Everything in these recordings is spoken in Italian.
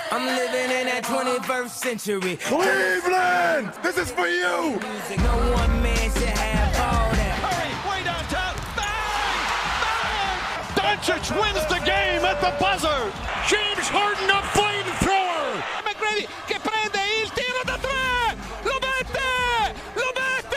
I'm living in that 21st century. Cleveland, this is for you. No one man should have all that. Hurry, way downtown. Bang! Bang! Doncic wins the game at the buzzer. James Harden, a flamethrower. McGrady che prende il tiro da tre. Lo mette! Lo mette!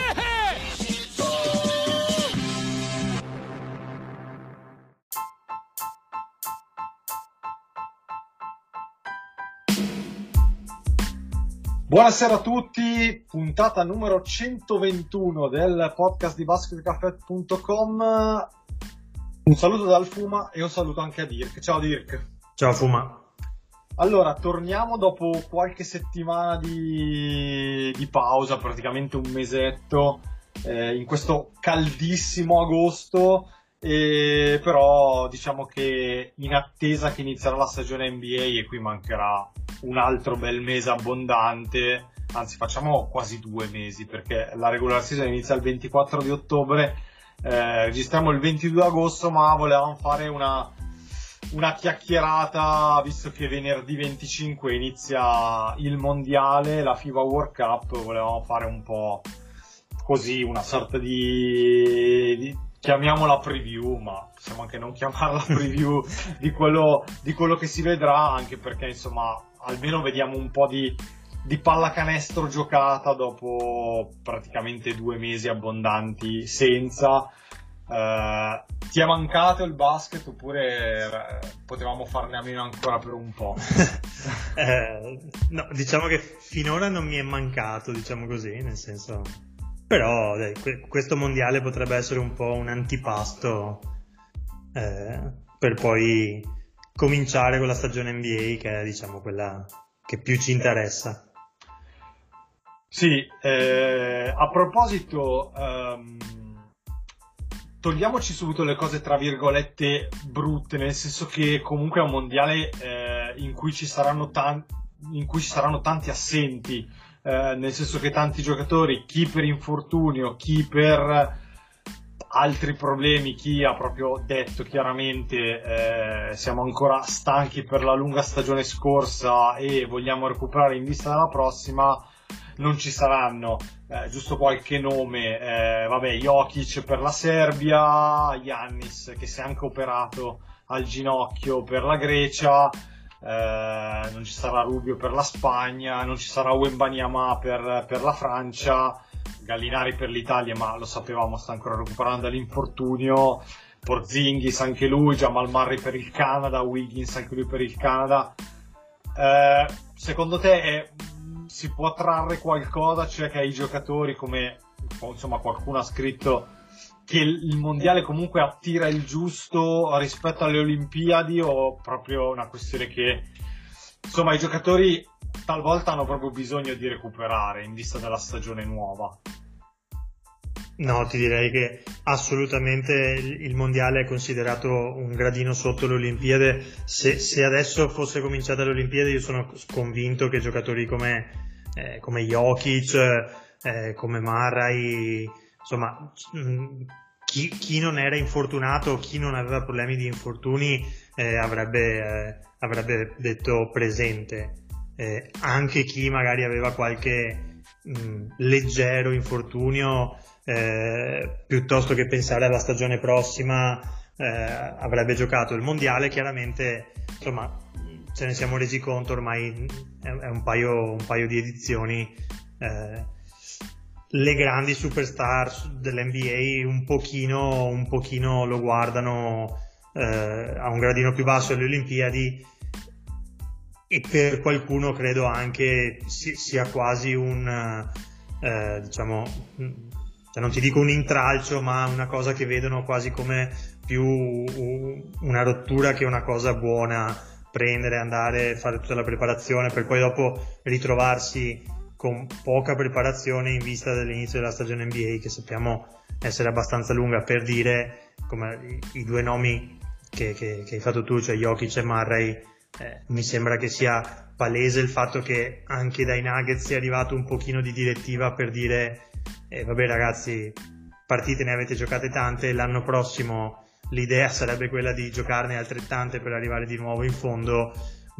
Buonasera a tutti, puntata numero 121 del podcast di basketcaffè.com. Un saluto dal Fuma e un saluto anche a Dirk. Ciao Dirk. Ciao Fuma. Allora, torniamo dopo qualche settimana di pausa, praticamente un mesetto, in questo caldissimo agosto, però diciamo che in attesa che inizierà la stagione NBA, e qui mancherà un altro bel mese abbondante, anzi facciamo quasi 2 mesi, perché la regular season inizia il 24 di ottobre, registriamo il 22 agosto, ma volevamo fare una chiacchierata, visto che venerdì 25 inizia il mondiale, la FIBA World Cup, volevamo fare un po' così, una sorta di chiamiamola preview, ma possiamo anche non chiamarla preview di quello che si vedrà, anche perché insomma almeno vediamo un po' di pallacanestro giocata dopo praticamente 2 mesi abbondanti senza. Ti è mancato il basket oppure potevamo farne a meno ancora per un po'? No, diciamo che finora non mi è mancato, diciamo così, nel senso, però dai, questo mondiale potrebbe essere un po' un antipasto per poi cominciare con la stagione NBA, che è diciamo quella che più ci interessa. Sì, a proposito, togliamoci subito le cose tra virgolette brutte, nel senso che comunque è un mondiale in cui ci saranno tanti assenti, nel senso che tanti giocatori, chi per infortunio, chi per altri problemi, chi ha proprio detto chiaramente siamo ancora stanchi per la lunga stagione scorsa e vogliamo recuperare in vista della prossima, non ci saranno. Giusto qualche nome, Jokic per la Serbia, Giannis che si è anche operato al ginocchio per la Grecia, non ci sarà Rubio per la Spagna, non ci sarà Wembanyama per la Francia, Gallinari per l'Italia, ma lo sapevamo, sta ancora recuperando dall'infortunio, Porzingis anche lui, Jamal Murray per il Canada, Wiggins anche lui per il Canada. Secondo te si può trarre qualcosa, cioè che ai giocatori, come insomma qualcuno ha scritto, che il mondiale comunque attira il giusto rispetto alle Olimpiadi, o proprio una questione che insomma i giocatori talvolta hanno proprio bisogno di recuperare in vista della stagione nuova? No, ti direi che assolutamente il mondiale è considerato un gradino sotto le Olimpiadi. Se adesso fosse cominciata le Olimpiadi, io sono convinto che giocatori come Jokic, come Murray, insomma chi non era infortunato, chi non aveva problemi di infortuni avrebbe detto presente. Anche chi magari aveva qualche leggero infortunio, piuttosto che pensare alla stagione prossima, avrebbe giocato il mondiale. Chiaramente insomma ce ne siamo resi conto, ormai è un paio di edizioni, le grandi superstar dell'NBA un pochino lo guardano a un gradino più basso alle Olimpiadi, e per qualcuno credo anche sia quasi un diciamo, non ti dico un intralcio, ma una cosa che vedono quasi come più una rottura che una cosa buona, prendere, andare, fare tutta la preparazione per poi dopo ritrovarsi con poca preparazione in vista dell'inizio della stagione NBA, che sappiamo essere abbastanza lunga. Per dire, come i 2 nomi che hai fatto tu, cioè Jokic e Murray, mi sembra che sia palese il fatto che anche dai Nuggets sia arrivato un pochino di direttiva per dire vabbè ragazzi, partite ne avete giocate tante, l'anno prossimo l'idea sarebbe quella di giocarne altrettante per arrivare di nuovo in fondo,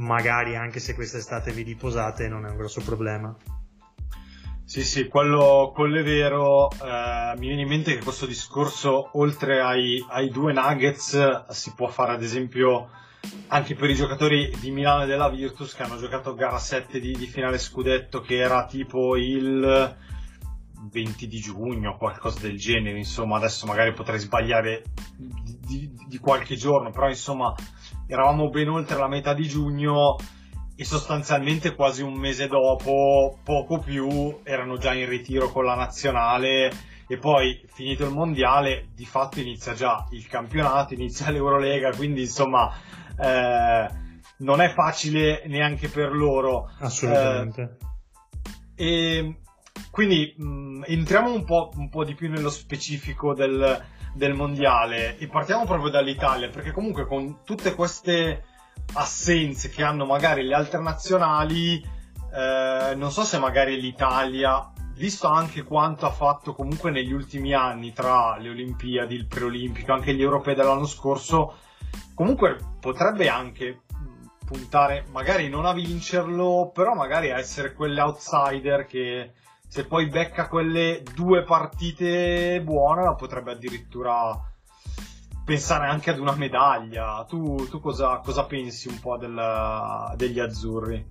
magari anche se quest'estate vi riposate non è un grosso problema. Sì, quello è vero. Mi viene in mente che questo discorso, oltre ai due Nuggets, si può fare ad esempio anche per i giocatori di Milano e della Virtus che hanno giocato gara 7 di finale scudetto, che era tipo il 20 di giugno, qualcosa del genere. Insomma, adesso magari potrei sbagliare di qualche giorno, però insomma eravamo ben oltre la metà di giugno e sostanzialmente quasi un mese dopo, poco più, erano già in ritiro con la nazionale. E poi, finito il mondiale, di fatto inizia già il campionato, inizia l'Eurolega, quindi insomma non è facile neanche per loro. Assolutamente. E quindi entriamo un po' di più nello specifico del mondiale e partiamo proprio dall'Italia, perché comunque con tutte queste assenze che hanno magari le altre nazionali, non so se magari l'Italia, visto anche quanto ha fatto comunque negli ultimi anni tra le Olimpiadi, il preolimpico, anche gli europei dell'anno scorso, comunque potrebbe anche puntare magari non a vincerlo, però magari a essere quell'outsider che se poi becca quelle 2 partite buone potrebbe addirittura pensare anche ad una medaglia. Tu cosa pensi un po' degli azzurri?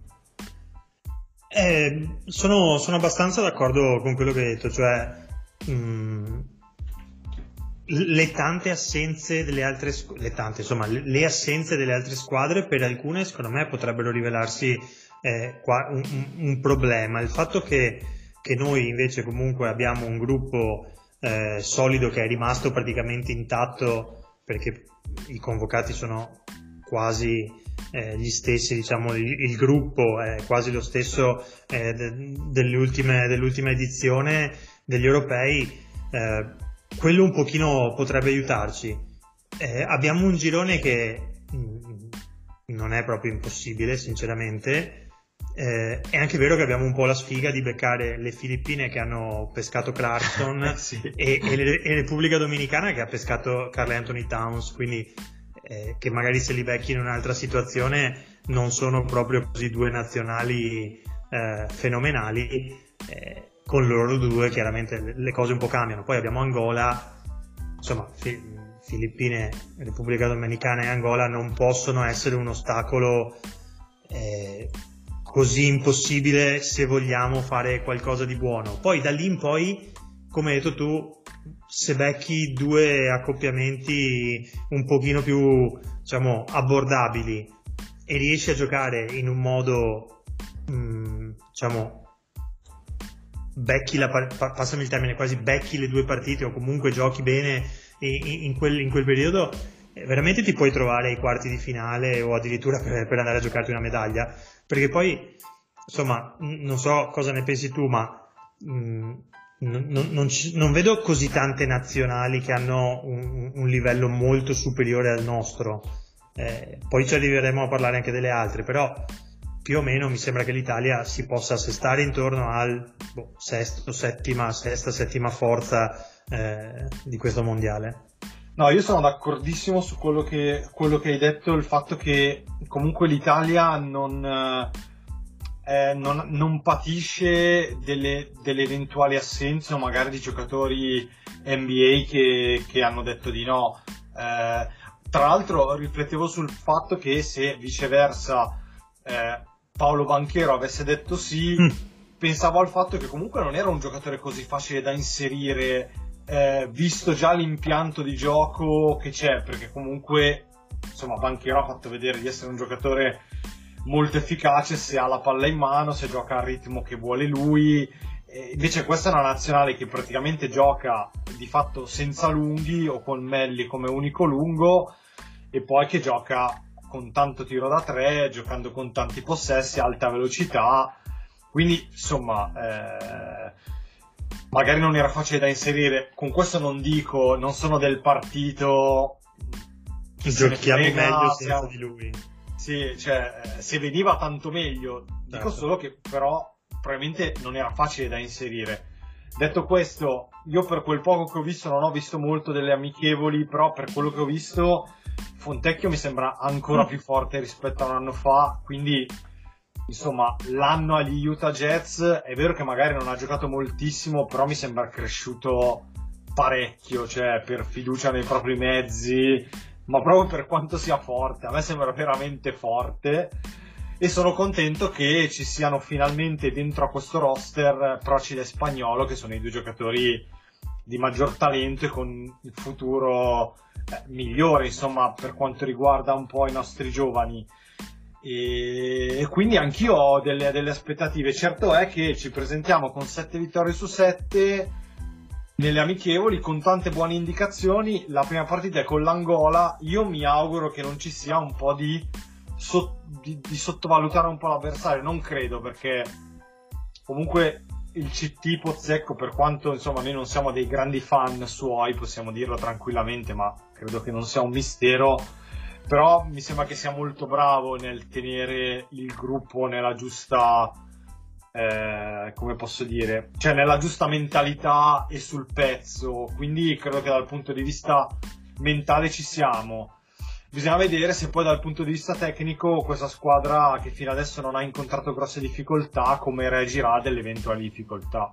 Sono abbastanza d'accordo con quello che hai detto, cioè le tante assenze delle altre le assenze delle altre squadre per alcune secondo me potrebbero rivelarsi un problema. Il fatto che noi invece comunque abbiamo un gruppo solido che è rimasto praticamente intatto, perché i convocati sono quasi gli stessi, diciamo il gruppo è quasi lo stesso dell'ultima edizione degli europei, quello un pochino potrebbe aiutarci. Abbiamo un girone che non è proprio impossibile sinceramente. È anche vero che abbiamo un po' la sfiga di beccare le Filippine che hanno pescato Clarkson sì. e Repubblica Dominicana che ha pescato Karl Anthony Towns, quindi che magari se li becchi in un'altra situazione non sono proprio così 2 nazionali fenomenali. Con loro 2 chiaramente le cose un po' cambiano. Poi abbiamo Angola, insomma Filippine, Repubblica Dominicana e Angola non possono essere un ostacolo così impossibile se vogliamo fare qualcosa di buono. Poi da lì in poi, come hai detto tu, se becchi 2 accoppiamenti un pochino più, diciamo, abbordabili e riesci a giocare in un modo, diciamo, passami il termine, quasi becchi le 2 partite o comunque giochi bene in quel periodo, veramente ti puoi trovare ai quarti di finale o addirittura per andare a giocarti una medaglia, perché poi insomma non so cosa ne pensi tu, ma non vedo così tante nazionali che hanno un livello molto superiore al nostro. Poi ci arriveremo a parlare anche delle altre, però più o meno mi sembra che l'Italia si possa assestare intorno al sesta, settima forza di questo mondiale. No, io sono d'accordissimo su quello che hai detto, il fatto che comunque l'Italia non patisce delle eventuali assenze o magari di giocatori NBA che hanno detto di no. Tra l'altro riflettevo sul fatto che se viceversa Paolo Banchero avesse detto sì, pensavo al fatto che comunque non era un giocatore così facile da inserire, visto già l'impianto di gioco che c'è, perché comunque insomma Banchero ha fatto vedere di essere un giocatore molto efficace se ha la palla in mano, se gioca al ritmo che vuole lui. Invece questa è una nazionale che praticamente gioca di fatto senza lunghi o con Melli come unico lungo, e poi che gioca con tanto tiro da 3, giocando con tanti possessi, alta velocità, quindi insomma magari non era facile da inserire. Con questo non dico, non sono del partito giochiamo meglio senza di lui. Sì, cioè se veniva tanto meglio, dico certo. Solo che però probabilmente non era facile da inserire. Detto questo, io per quel poco che ho visto, non ho visto molto delle amichevoli, però per quello che ho visto Fontecchio mi sembra ancora più forte rispetto a un anno fa, quindi insomma l'anno agli Utah Jazz è vero che magari non ha giocato moltissimo, però mi sembra cresciuto parecchio, cioè per fiducia nei propri mezzi, ma proprio per quanto sia forte, a me sembra veramente forte, e sono contento che ci siano finalmente dentro a questo roster Procida e Spagnolo, che sono i due giocatori di maggior talento e con il futuro migliore, insomma, per quanto riguarda un po' i nostri giovani. E quindi anch'io ho delle aspettative. Certo è che ci presentiamo con 7 vittorie su 7 nelle amichevoli, con tante buone indicazioni. La prima partita è con l'Angola. Io mi auguro che non ci sia un po' di sottovalutare un po' l'avversario. Non credo, perché comunque il CT Pozzecco, per quanto insomma noi non siamo dei grandi fan suoi, possiamo dirlo tranquillamente, ma credo che non sia un mistero, però mi sembra che sia molto bravo nel tenere il gruppo nella giusta come posso dire, cioè nella giusta mentalità e sul pezzo, quindi credo che dal punto di vista mentale ci siamo. Bisogna vedere se poi dal punto di vista tecnico questa squadra, che fino adesso non ha incontrato grosse difficoltà, come reagirà delle eventuali difficoltà.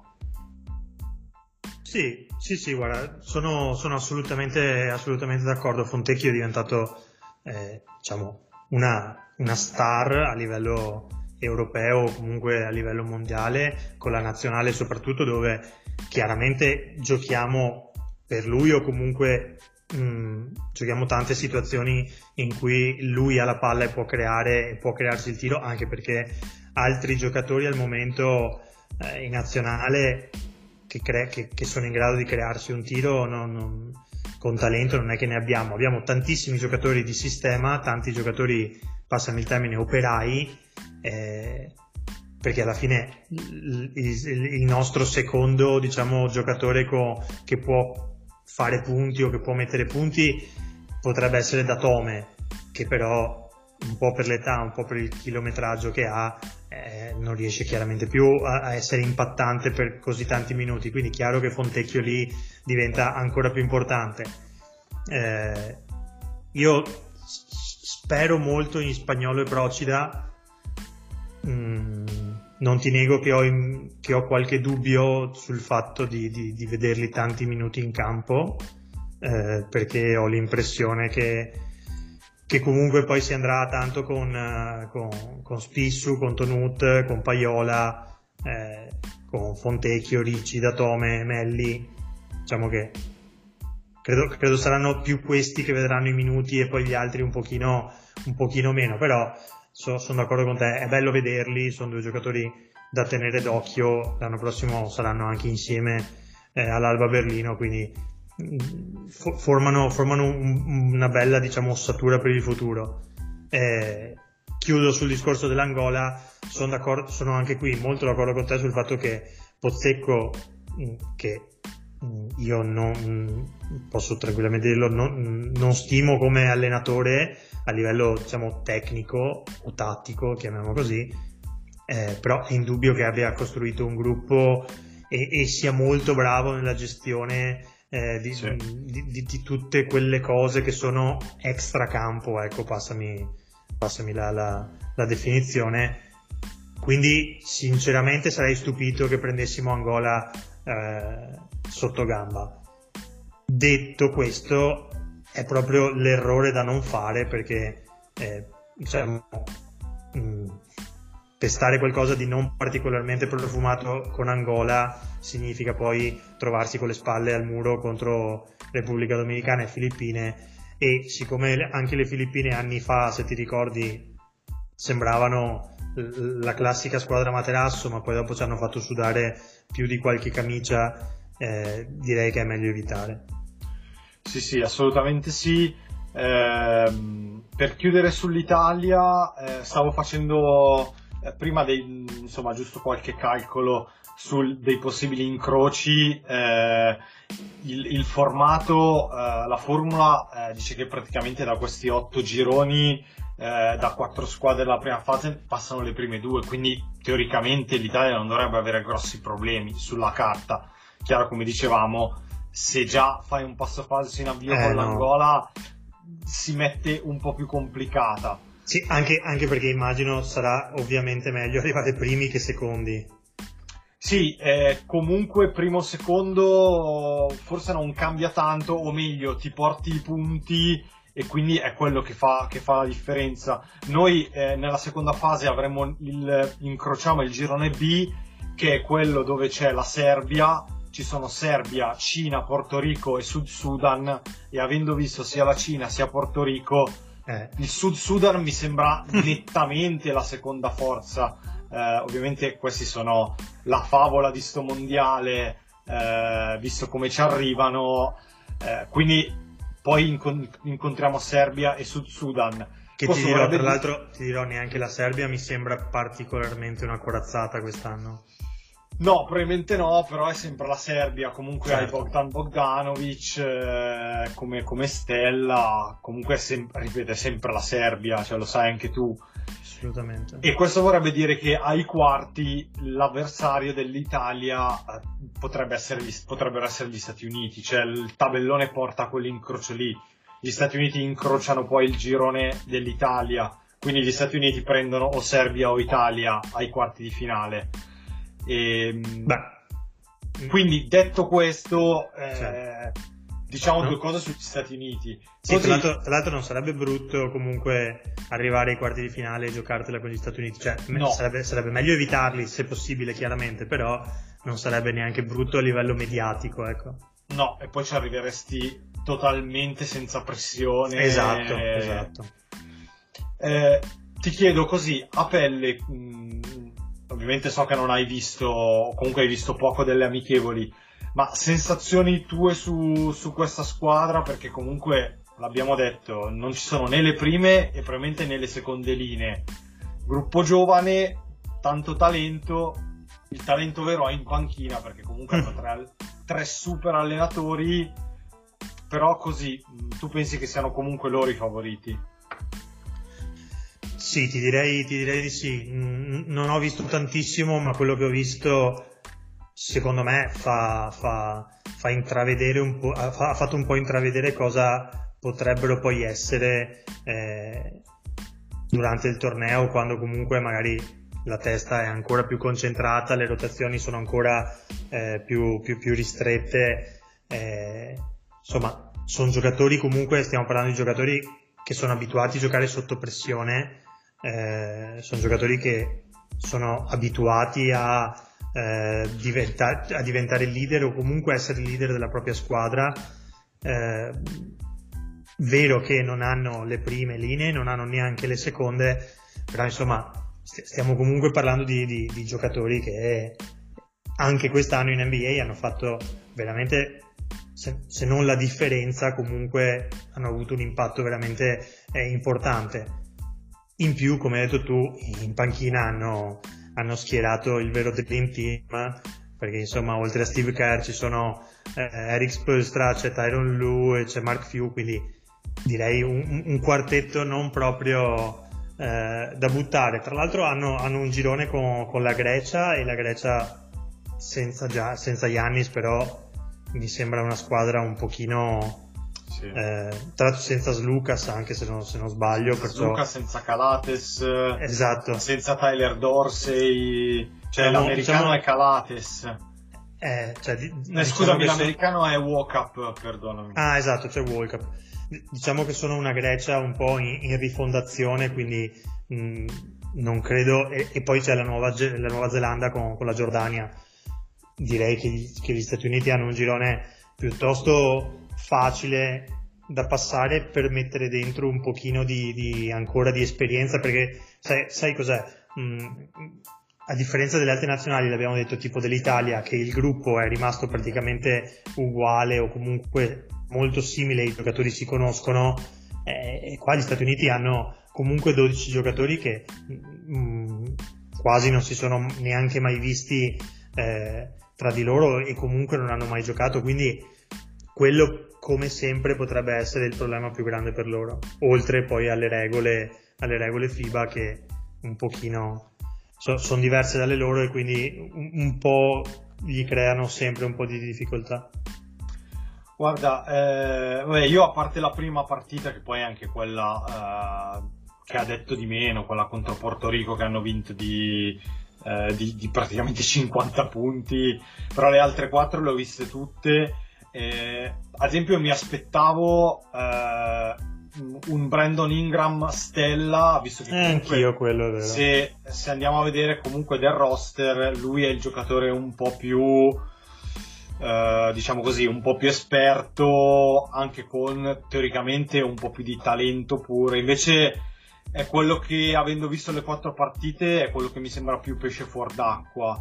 Sì, guarda, sono assolutamente d'accordo. Fontecchio è diventato diciamo una star a livello europeo o comunque a livello mondiale, con la nazionale soprattutto, dove chiaramente giochiamo per lui, o comunque giochiamo tante situazioni in cui lui ha la palla e può crearsi il tiro, anche perché altri giocatori al momento in nazionale che sono in grado di crearsi un tiro con talento non è che ne abbiamo tantissimi giocatori di sistema, tanti giocatori, passami il termine, operai, perché alla fine il nostro secondo, diciamo, giocatore che può fare punti o che può mettere punti potrebbe essere Datome, che però un po' per l'età, un po' per il chilometraggio che ha, non riesce chiaramente più a essere impattante per così tanti minuti, quindi chiaro che Fontecchio lì diventa ancora più importante. Io spero molto in Spagnolo e Procida. Non ti nego che ho qualche dubbio sul fatto di vederli tanti minuti in campo, perché ho l'impressione che comunque poi si andrà tanto con Spissu, con Tonut, con Paiola, con Fontecchio, Ricci, Datome, Melli. Diciamo che credo saranno più questi che vedranno i minuti e poi gli altri un pochino meno, però sono d'accordo con te, è bello vederli, sono due giocatori da tenere d'occhio. L'anno prossimo saranno anche insieme all'Alba Berlino, quindi formano una bella, diciamo, ossatura per il futuro. Chiudo sul discorso dell'Angola, sono anche qui molto d'accordo con te sul fatto che Pozzecco, che io non posso tranquillamente dirlo, non stimo come allenatore a livello, diciamo, tecnico o tattico, chiamiamolo così, però è indubbio che abbia costruito un gruppo e sia molto bravo nella gestione di tutte quelle cose che sono extracampo, ecco, passami la definizione. Quindi sinceramente sarei stupito che prendessimo Angola sotto gamba. Detto questo, è proprio l'errore da non fare, perché diciamo, testare qualcosa di non particolarmente profumato con Angola significa poi trovarsi con le spalle al muro contro Repubblica Dominicana e Filippine, e siccome anche le Filippine anni fa, se ti ricordi, sembravano la classica squadra materasso, ma poi dopo ci hanno fatto sudare più di qualche camicia, direi che è meglio evitare. Sì, assolutamente sì. Per chiudere sull'Italia, stavo facendo prima insomma, giusto qualche calcolo dei possibili incroci. Il formato, la formula dice che praticamente da questi 8 gironi, da 4 squadre della prima fase passano le prime 2, quindi teoricamente l'Italia non dovrebbe avere grossi problemi sulla carta. Chiaro, come dicevamo, se già fai un passo falso in avvio con l'Angola, si mette un po' più complicata. Sì, anche perché immagino sarà ovviamente meglio arrivare primi che secondi. Sì, comunque primo secondo forse non cambia tanto, o meglio ti porti i punti e quindi è quello che fa la differenza. Noi nella seconda fase incrociamo il girone B, che è quello dove c'è la Serbia, ci sono Serbia, Cina, Porto Rico e Sud Sudan, e avendo visto sia la Cina sia Porto Rico, il Sud Sudan mi sembra nettamente la seconda forza. Ovviamente questi sono la favola di sto mondiale, visto come ci arrivano, quindi poi incontriamo Serbia e Sud Sudan. Che ti dirò, tra l'altro, neanche la Serbia mi sembra particolarmente una corazzata quest'anno. No, probabilmente no, però è sempre la Serbia, comunque certo. Hai Bogdan Bogdanovic come stella, comunque è sempre la Serbia, cioè lo sai anche tu. Assolutamente. E questo vorrebbe dire che ai quarti l'avversario dell'Italia potrebbero essere gli Stati Uniti, cioè il tabellone porta a quell'incrocio lì. Gli Stati Uniti incrociano poi il girone dell'Italia, quindi gli Stati Uniti prendono o Serbia o Italia ai quarti di finale. Quindi detto questo, diciamo due cose sugli Stati Uniti. Sì, tra l'altro non sarebbe brutto comunque arrivare ai quarti di finale e giocartela con gli Stati Uniti, cioè no. sarebbe meglio evitarli se possibile, chiaramente, però non sarebbe neanche brutto a livello mediatico, ecco. No, e poi ci arriveresti totalmente senza pressione. Esatto. Ti chiedo così a pelle, ovviamente so che non hai visto, o comunque hai visto poco delle amichevoli, ma sensazioni tue su questa squadra, perché comunque l'abbiamo detto, non ci sono né le prime e probabilmente né le seconde linee. Gruppo giovane, tanto talento, il talento vero è in panchina, perché comunque hanno tre super allenatori, però così, tu pensi che siano comunque loro i favoriti? Sì, ti direi di sì. Non ho visto tantissimo, ma quello che ho visto secondo me fa intravedere un po', ha fatto un po' intravedere cosa potrebbero poi essere durante il torneo, quando comunque magari la testa è ancora più concentrata, le rotazioni sono ancora più ristrette, insomma sono giocatori, comunque stiamo parlando di giocatori che sono abituati a giocare sotto pressione, sono giocatori che sono abituati a diventare leader o comunque essere leader della propria squadra. Vero che non hanno le prime linee, non hanno neanche le seconde, però insomma stiamo comunque parlando di giocatori che anche quest'anno in NBA hanno fatto veramente, se non la differenza, comunque hanno avuto un impatto veramente importante. In più, come hai detto tu, in panchina hanno schierato il vero Dream Team, perché insomma oltre a Steve Kerr ci sono Eric Spoelstra, c'è Tyronn Lue e c'è Mark Few, quindi direi un quartetto non proprio da buttare. Tra l'altro hanno un girone con la Grecia, e la Grecia senza Giannis, però mi sembra una squadra un pochino tra l'altro senza Slucas, anche se non sbaglio, Slucas, senza Calates, esatto, senza Tyler Dorsey, cioè l'americano è Calates, scusami, l'americano è Walkup, perdonami. Esatto, c'è Walkup. Diciamo che sono una Grecia un po' in rifondazione, quindi non credo, e poi c'è la Nuova Zelanda con la Giordania. Direi che gli Stati Uniti hanno un girone piuttosto facile da passare per mettere dentro un pochino ancora di esperienza, perché sai cos'è? A differenza delle altre nazionali, l'abbiamo detto, tipo dell'Italia, che il gruppo è rimasto praticamente uguale o comunque molto simile, i giocatori si conoscono, e qua gli Stati Uniti hanno comunque 12 giocatori che quasi non si sono neanche mai visti tra di loro, e comunque non hanno mai giocato, quindi quello come sempre potrebbe essere il problema più grande per loro, oltre poi alle regole FIBA che un pochino sono diverse dalle loro, e quindi un po' gli creano sempre un po' di difficoltà. Guarda, io a parte la prima partita, che poi è anche quella che ha detto di meno, quella contro Porto Rico, che hanno vinto di praticamente 50 punti, però le altre 4 le ho viste tutte. Ad esempio mi aspettavo un Brandon Ingram stella, visto che comunque anch'io quello è vero. Se andiamo a vedere comunque del roster, lui è il giocatore un po' più diciamo così, un po' più esperto, anche con teoricamente un po' più di talento pure. Invece è quello che, avendo visto le 4 partite, è quello che mi sembra più pesce fuor d'acqua.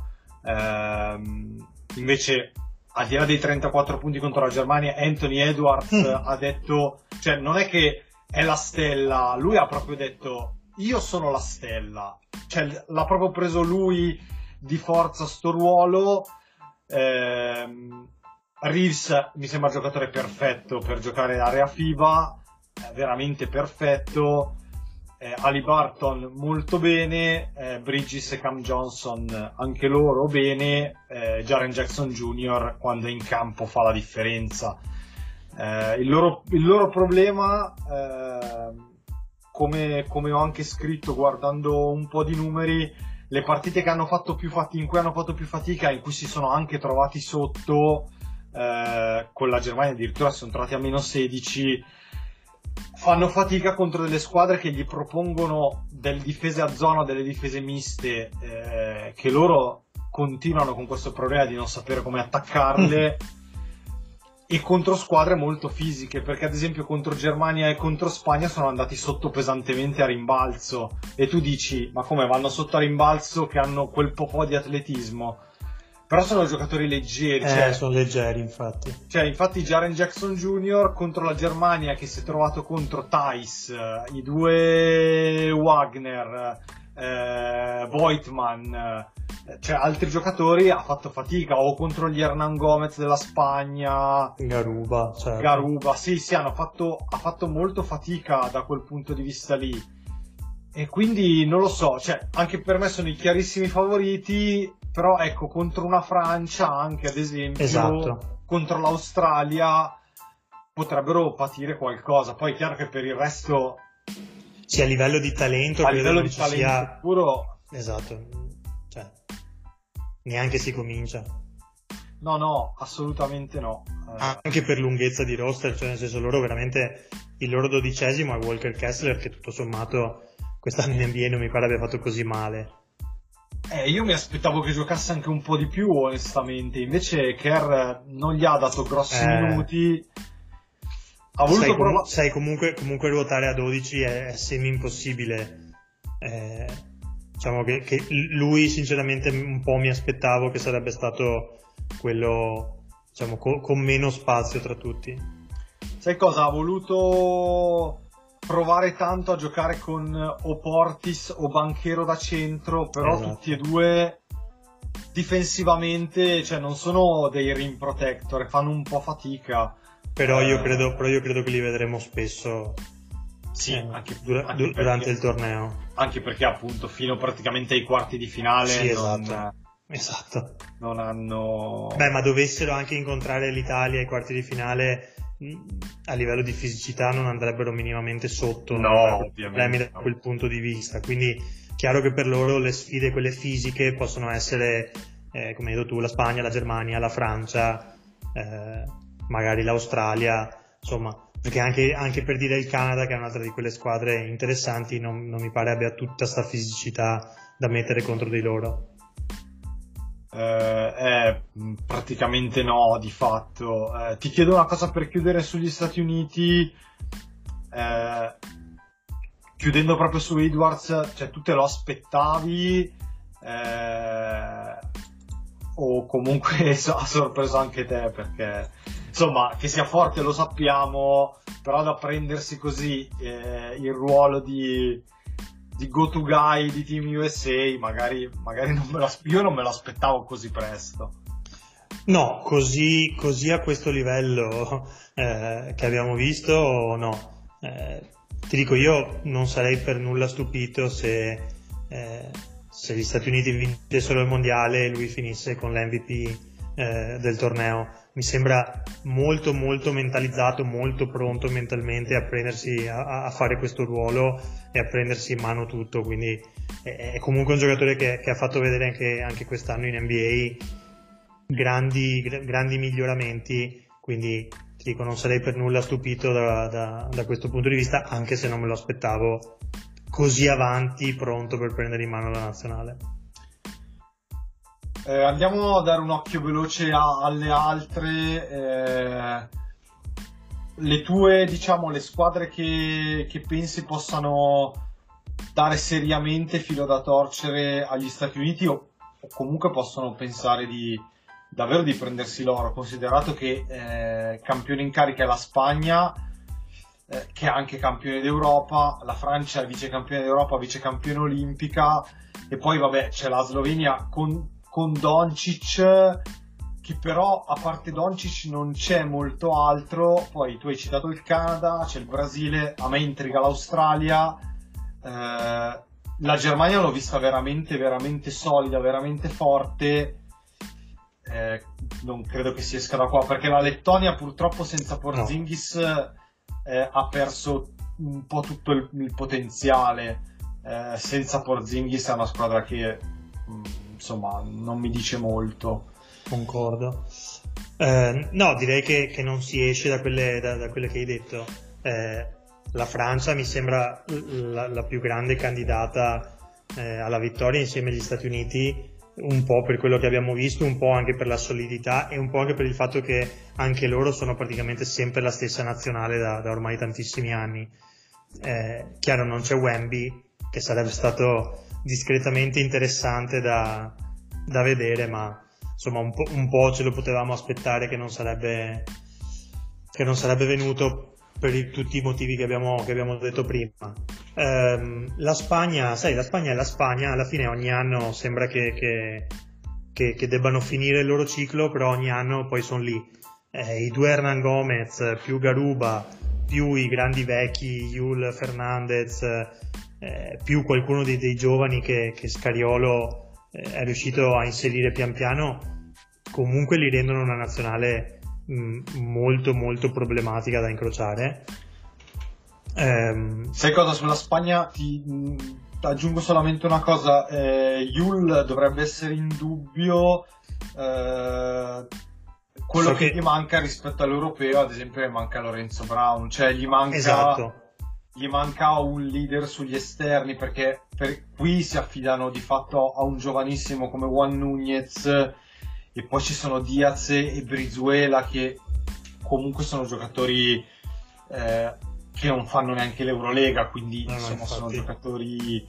Invece, al di là dei 34 punti contro la Germania, Anthony Edwards ha detto, cioè non è che è la stella, lui ha proprio detto io sono la stella, cioè l'ha proprio preso lui di forza sto ruolo. Reeves mi sembra un giocatore perfetto per giocare area FIBA, veramente perfetto. Haliburton molto bene, Bridges e Cam Johnson anche loro bene, Jaren Jackson Jr. quando è in campo fa la differenza. Il loro problema, come ho anche scritto guardando un po' di numeri, le partite che hanno fatto più in cui hanno fatto più fatica, in cui si sono anche trovati sotto, con la Germania addirittura si sono trovati a meno 16, fanno fatica contro delle squadre che gli propongono delle difese a zona, delle difese miste, che loro continuano con questo problema di non sapere come attaccarle, e contro squadre molto fisiche, perché ad esempio contro Germania e contro Spagna sono andati sotto pesantemente a rimbalzo, e tu dici ma come vanno sotto a rimbalzo che hanno quel po' di atletismo? Però sono giocatori leggeri, sono leggeri infatti. Infatti Jaren Jackson Jr. contro la Germania, che si è trovato contro Thais, i due Wagner, Voigtman, altri giocatori, ha fatto fatica, o contro gli Hernan Gomez della Spagna, Garuba, certo. Garuba, sì, ha fatto molto fatica da quel punto di vista lì, e quindi non lo so, anche per me sono i chiarissimi favoriti, però ecco, contro una Francia anche ad esempio, esatto, contro l'Australia potrebbero patire qualcosa. Poi è chiaro che per il resto, sì, a livello di talento, a livello di talento puro, esatto, neanche si comincia. No, assolutamente no. Anche per lunghezza di roster, nel senso, loro veramente, il loro 12° è Walker Kessler, che tutto sommato quest'anno in NBA non mi pare abbia fatto così male. Io mi aspettavo che giocasse anche un po' di più, onestamente. Invece Kerr non gli ha dato grossi minuti. Ha voluto sai, comunque ruotare a 12 è semi impossibile. Diciamo che lui sinceramente un po' mi aspettavo che sarebbe stato quello, diciamo, con meno spazio tra tutti. Sai cosa? Ha voluto provare tanto a giocare con o Portis o Banchero da centro, però esatto, tutti e due difensivamente, non sono dei rim protector, fanno un po' fatica. Però io credo che li vedremo spesso, sì, anche durante il torneo. Anche perché appunto fino praticamente ai quarti di finale, sì, esatto. Non hanno... ma dovessero anche incontrare l'Italia ai quarti di finale, a livello di fisicità non andrebbero minimamente sotto, no, problemi da quel punto di vista. Quindi chiaro che per loro le sfide, quelle fisiche, possono essere, come hai detto tu, la Spagna, la Germania, la Francia, magari l'Australia, insomma, perché anche per dire il Canada, che è un'altra di quelle squadre interessanti, non mi pare abbia tutta sta fisicità da mettere contro di loro. Praticamente no, di fatto. Ti chiedo una cosa per chiudere sugli Stati Uniti, chiudendo proprio su Edwards, tu te lo aspettavi, o comunque ha sorpreso anche te? Perché insomma, che sia forte lo sappiamo, però da prendersi così il ruolo di go-to guy di Team USA, magari io non me lo aspettavo così presto. No, così a questo livello che abbiamo visto, no. Ti dico, io non sarei per nulla stupito se gli Stati Uniti vincessero il mondiale e lui finisse con l'MVP del torneo. Mi sembra molto molto mentalizzato, molto pronto mentalmente a prendersi a fare questo ruolo e a prendersi in mano tutto, quindi è comunque un giocatore che ha fatto vedere anche quest'anno in NBA grandi miglioramenti, quindi ti dico, non sarei per nulla stupito da questo punto di vista, anche se non me lo aspettavo così avanti, pronto per prendere in mano la nazionale. Andiamo a dare un occhio veloce alle altre. Le tue, diciamo, le squadre che pensi possano dare seriamente filo da torcere agli Stati Uniti, o comunque possono pensare davvero di prendersi l'oro, considerato che campione in carica è la Spagna, che è anche campione d'Europa, la Francia è vice campione d'Europa, vice campione olimpica, e poi vabbè c'è la Slovenia con Doncic, che però a parte Doncic non c'è molto altro. Poi tu hai citato il Canada, c'è il Brasile, a me intriga l'Australia, la Germania l'ho vista veramente veramente solida, veramente forte. Non credo che si esca da qua, perché la Lettonia purtroppo senza Porzingis ha perso un po' tutto il potenziale. Senza Porzingis è una squadra che insomma non mi dice molto. Concordo. No, direi che non si esce da quelle che hai detto. La Francia mi sembra la più grande candidata alla vittoria insieme agli Stati Uniti, un po' per quello che abbiamo visto, un po' anche per la solidità e un po' anche per il fatto che anche loro sono praticamente sempre la stessa nazionale da ormai tantissimi anni. Chiaro, non c'è Wemby, che sarebbe stato discretamente interessante da vedere, ma insomma un po' ce lo potevamo aspettare che non sarebbe venuto per tutti i motivi che abbiamo detto prima. La Spagna è la Spagna, alla fine ogni anno sembra che debbano finire il loro ciclo, però ogni anno poi sono lì. I due Hernan Gomez più Garuba più i grandi vecchi Yul Fernandez, più qualcuno dei giovani che Scariolo è riuscito a inserire pian piano, comunque li rendono una nazionale molto molto problematica da incrociare. Sai cosa, sulla Spagna ti aggiungo solamente una cosa. Yul dovrebbe essere in dubbio. Quello che gli manca rispetto all'europeo, ad esempio, gli manca Lorenzo Brown, cioè gli manca, esatto, gli manca un leader sugli esterni, perché qui si affidano di fatto a un giovanissimo come Juan Núñez, e poi ci sono Diaz e Brizuela, che comunque sono giocatori che non fanno neanche l'Eurolega, quindi insomma sono giocatori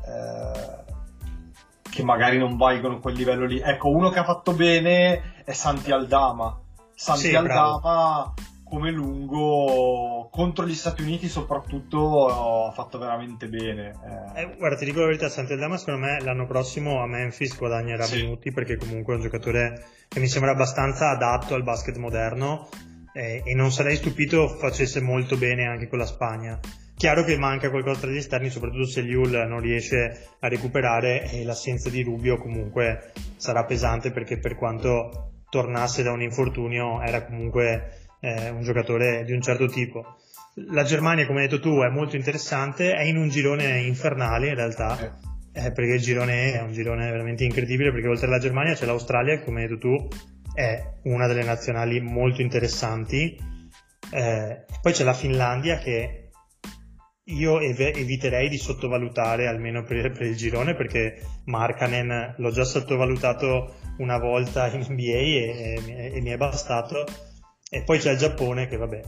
che magari non valgono quel livello lì. Ecco, uno che ha fatto bene è Santi Aldama. Aldama come lungo contro gli Stati Uniti soprattutto ha fatto veramente bene. Guarda, ti dico la verità, Santi Aldama secondo me l'anno prossimo a Memphis guadagnerà minuti, perché comunque è un giocatore che mi sembra abbastanza adatto al basket moderno, e non sarei stupito facesse molto bene anche con la Spagna. Chiaro che manca qualcosa tra gli esterni, soprattutto se Yul non riesce a recuperare, e l'assenza di Rubio comunque sarà pesante, perché per quanto tornasse da un infortunio era comunque un giocatore di un certo tipo. La Germania, come hai detto tu, è molto interessante, è in un girone infernale in realtà, perché il girone è un girone veramente incredibile, perché oltre alla Germania c'è l'Australia, che come hai detto tu è una delle nazionali molto interessanti, poi c'è la Finlandia, che io eviterei di sottovalutare, almeno per il girone, perché Markkanen l'ho già sottovalutato una volta in NBA e mi è bastato. E poi c'è il Giappone, che vabbè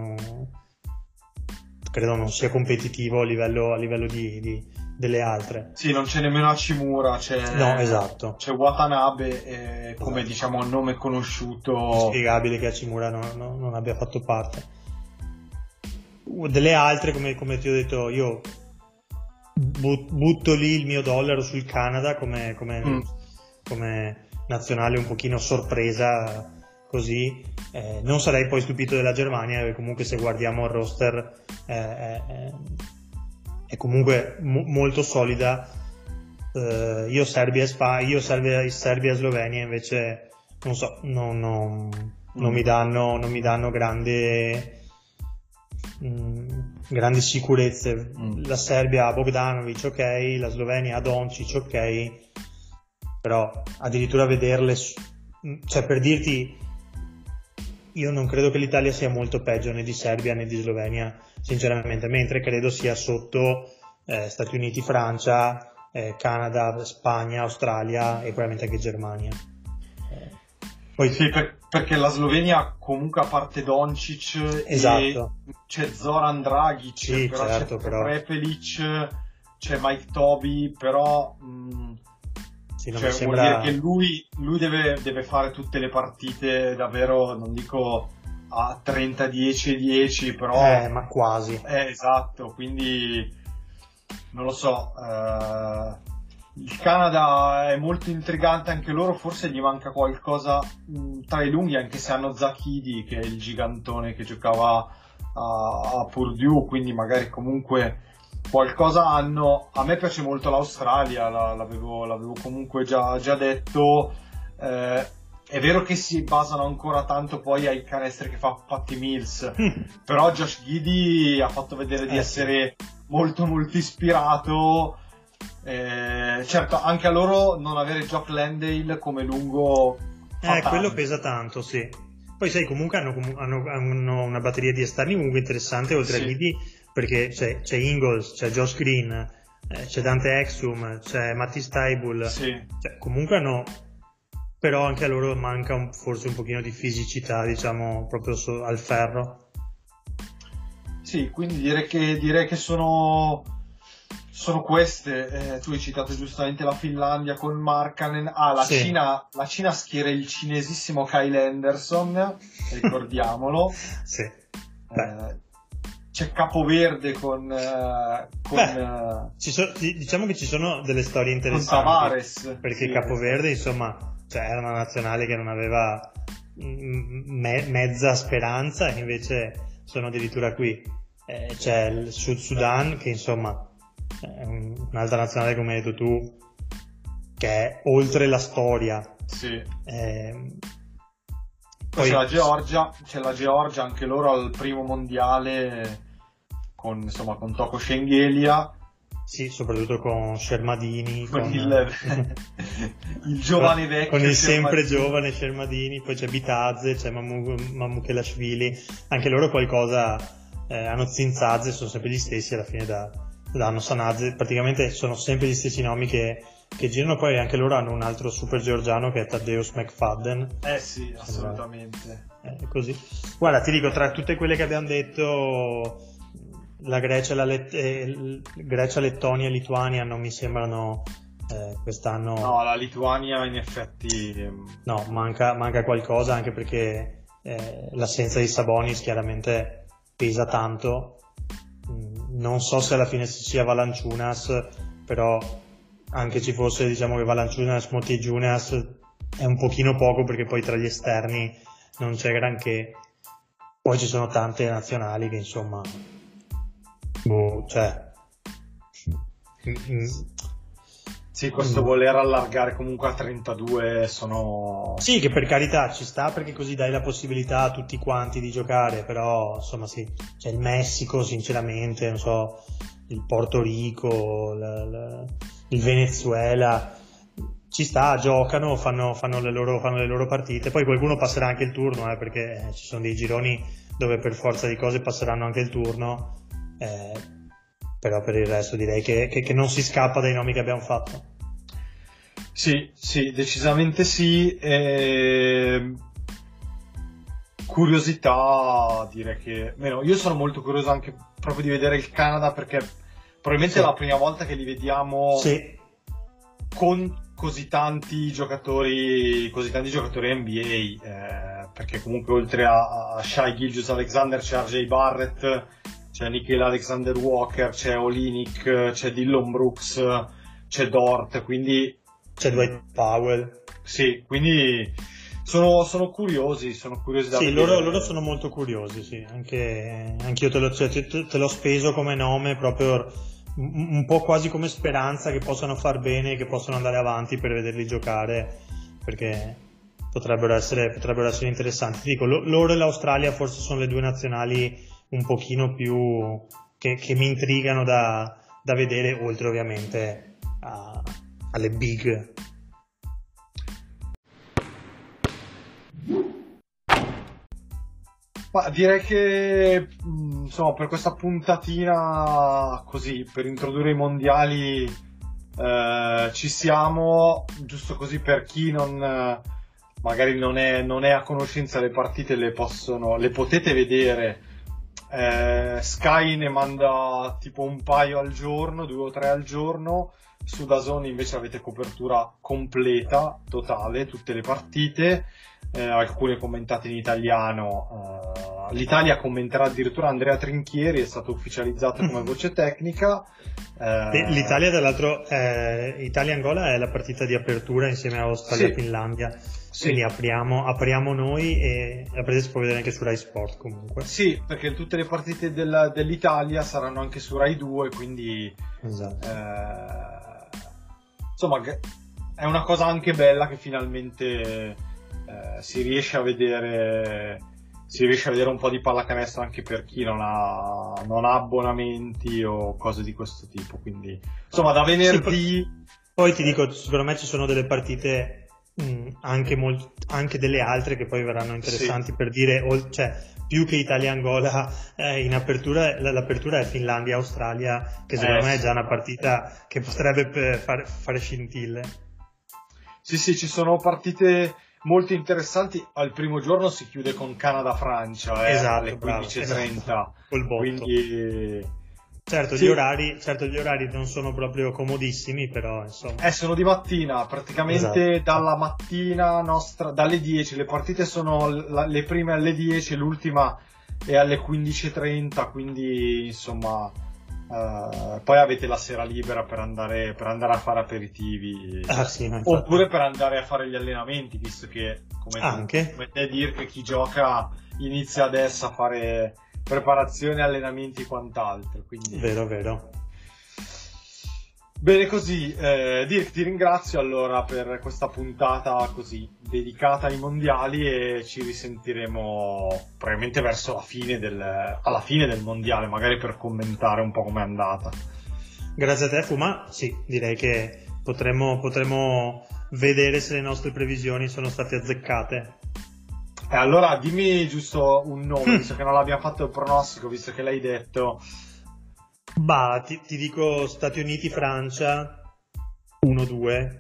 credo non sia competitivo a livello delle altre. Sì, non c'è nemmeno Hachimura, no, esatto, c'è Watanabe, come diciamo nome conosciuto. È spiegabile che Hachimura non abbia fatto parte. Delle altre, come ti ho detto, io butto lì il mio dollaro sul Canada come nazionale un pochino sorpresa, così. Non sarei poi stupito della Germania, perché comunque se guardiamo il roster è comunque molto solida. Io Serbia e Slovenia invece non so, non mi danno grandi sicurezze. La Serbia ha Bogdanovic, ok, la Slovenia ha Doncic, ok, però addirittura vederle, cioè, per dirti, io non credo che l'Italia sia molto peggio né di Serbia né di Slovenia, sinceramente, mentre credo sia sotto Stati Uniti, Francia, Canada, Spagna, Australia e probabilmente anche Germania. Poi sì, perché la Slovenia comunque, a parte Doncic, esatto, c'è Zoran Dragic, sì, però certo, c'è però Prepelic, c'è Mike Toby, però sì, non cioè, mi sembra... vuol dire che lui deve fare tutte le partite davvero, non dico a 30-10-10, però ma quasi. Esatto, quindi non lo so. Il Canada è molto intrigante anche loro, forse gli manca qualcosa tra i lunghi, anche se hanno Zachidi, che è il gigantone che giocava a Purdue, quindi magari comunque qualcosa hanno. A me piace molto l'Australia, l'avevo comunque già detto. È vero che si basano ancora tanto poi ai canestri che fa Patty Mills, però Josh Giddey ha fatto vedere di essere molto molto ispirato. Certo, anche a loro non avere Jock Landale come lungo quello pesa tanto, sì. Poi sai, comunque hanno una batteria di esterni comunque interessante oltre a Giddey, perché c'è Ingles, c'è Josh Green, c'è Dante Exum, c'è Matty Steibul, sì. Cioè, comunque hanno, però anche a loro manca forse un pochino di fisicità, diciamo, proprio al ferro. Sì, quindi direi che sono queste. Tu hai citato giustamente la Finlandia con Markkanen. La Cina schiera il cinesissimo Kyle Anderson, ricordiamolo. Sì. C'è Capoverde diciamo che ci sono delle storie interessanti con Tavares, perché sì, Capoverde insomma, cioè, era una nazionale che non aveva mezza speranza e invece sono addirittura qui. C'è il Sud Sudan che insomma è un'altra nazionale, come hai detto tu, che è oltre la storia. Sì. Poi c'è la Georgia, anche loro al primo mondiale con Toko Shengelia. Sì, soprattutto con Shermadini, con il giovane vecchio, con il sempre giovane Shermadini. Poi c'è Bitadze, c'è Mamoukelashvili, anche loro qualcosa hanno Zinzadze, sono sempre gli stessi alla fine danno Sanadze, praticamente sono sempre gli stessi nomi che girano. Poi anche loro hanno un altro super georgiano che è Tadeusz McFadden. Sì, assolutamente. Così. Guarda, ti dico, tra tutte quelle che abbiamo detto, la Grecia, Lettonia e Lituania non mi sembrano quest'anno. No, la Lituania in effetti no, manca qualcosa, anche perché l'assenza di Sabonis chiaramente pesa tanto. Non so se alla fine sia Valanciunas, però anche ci fosse, diciamo che Valanciunas, Motiejunas è un pochino poco, perché poi tra gli esterni non c'è granché. Poi ci sono tante nazionali che insomma sì, questo voler allargare comunque a 32 sono... Sì, che per carità ci sta, perché così dai la possibilità a tutti quanti di giocare, però insomma sì, c'è il Messico, sinceramente, non so, il Porto Rico, il Venezuela, ci sta, giocano, fanno le loro partite. Poi qualcuno passerà anche il turno, perché ci sono dei gironi dove per forza di cose passeranno anche il turno, però per il resto direi che non si scappa dai nomi che abbiamo fatto. Sì, decisamente sì. Curiosità, dire che io sono molto curioso anche proprio di vedere il Canada, perché probabilmente è la prima volta che li vediamo con così tanti giocatori NBA, perché comunque oltre a Shai Gilgeous-Alexander c'è RJ Barrett, c'è Nickeil Alexander-Walker, c'è Olynyk, c'è Dillon Brooks, c'è Dort, quindi c'è Dwight Powell. Sì, quindi sono curiosi da vedere. Loro sono molto curiosi, sì. Anch'io te l'ho speso come nome, proprio un po' quasi come speranza che possano far bene, che possano andare avanti, per vederli giocare, perché potrebbero essere interessanti. Ti dico, loro e l'Australia forse sono le due nazionali un pochino più che mi intrigano da vedere, oltre ovviamente alle big. Ma direi che insomma, per questa puntatina così, per introdurre i mondiali, ci siamo, giusto così per chi magari non è a conoscenza delle partite, le potete vedere. Sky ne manda tipo un paio al giorno, 2 o 3 al giorno. Su DAZN invece avete copertura completa, totale, tutte le partite, alcune commentate in italiano. L'Italia commenterà addirittura Andrea Trinchieri, è stato ufficializzato come voce tecnica. L'Italia, tra l'altro, Italia-Angola è la partita di apertura insieme a Australia-Finlandia. Sì. Quindi apriamo noi, e la partita si può vedere anche su Rai Sport comunque. Sì, perché tutte le partite dell'Italia saranno anche su Rai 2, quindi esatto. Insomma è una cosa anche bella che finalmente si riesce a vedere un po' di pallacanestro anche per chi non ha abbonamenti o cose di questo tipo, quindi insomma da venerdì. Poi ti dico, secondo me ci sono delle partite anche delle altre che poi verranno interessanti, per dire, cioè più che Italia-Angola, in apertura l'apertura è Finlandia-Australia, che secondo me è già una partita che potrebbe fare scintille. Sì, ci sono partite molto interessanti. Al primo giorno si chiude con Canada-Francia, alle 15:30, esatto, col botto. Quindi certo, sì. Gli orari non sono proprio comodissimi, però insomma. Sono di mattina, praticamente. Esatto. Dalla mattina nostra, dalle 10, le partite sono le prime alle 10, l'ultima è alle 15:30, quindi insomma poi avete la sera libera per andare a fare aperitivi, oppure per andare a fare gli allenamenti, visto che come te dire che chi gioca inizia adesso a fare preparazione, allenamenti e quant'altro, quindi vero. Bene, così Dirk, ti ringrazio allora per questa puntata così dedicata ai mondiali, e ci risentiremo probabilmente verso alla fine del mondiale, magari per commentare un po' com'è andata. Grazie a te, Fuma. Sì, direi che potremmo vedere se le nostre previsioni sono state azzeccate. Allora dimmi giusto un nome, visto che non l'abbiamo fatto il pronostico, visto che l'hai detto. Ti dico Stati Uniti-Francia 1-2,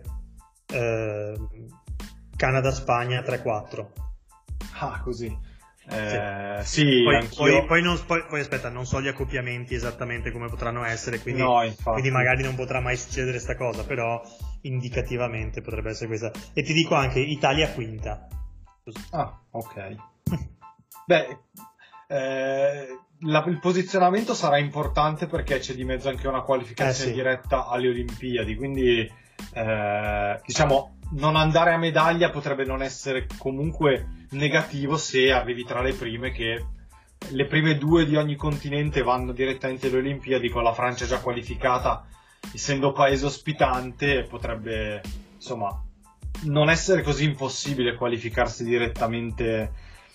Canada-Spagna 3-4. Ah, così. Sì, poi aspetta, non so gli accoppiamenti esattamente come potranno essere, quindi magari non potrà mai succedere sta cosa, però indicativamente potrebbe essere questa. E ti dico anche Italia quinta. Ah, ok. Beh, il posizionamento sarà importante perché c'è di mezzo anche una qualificazione diretta alle Olimpiadi, quindi diciamo non andare a medaglia potrebbe non essere comunque negativo se arrivi tra le prime, che le prime 2 di ogni continente vanno direttamente alle Olimpiadi, con la Francia già qualificata, essendo paese ospitante potrebbe insomma non essere così impossibile qualificarsi direttamente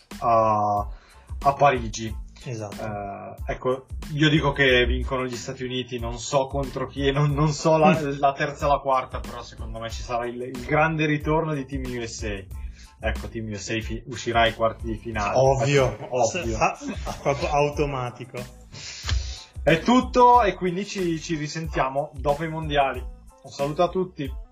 a Parigi. Esatto. Ecco, io dico che vincono gli Stati Uniti, non so contro chi, non so la terza e la quarta, però secondo me ci sarà il grande ritorno di Team USA. Ecco, Team USA uscirà ai quarti di finale. Ovvio. Automatico. È tutto, e quindi ci risentiamo dopo i mondiali. Un saluto a tutti.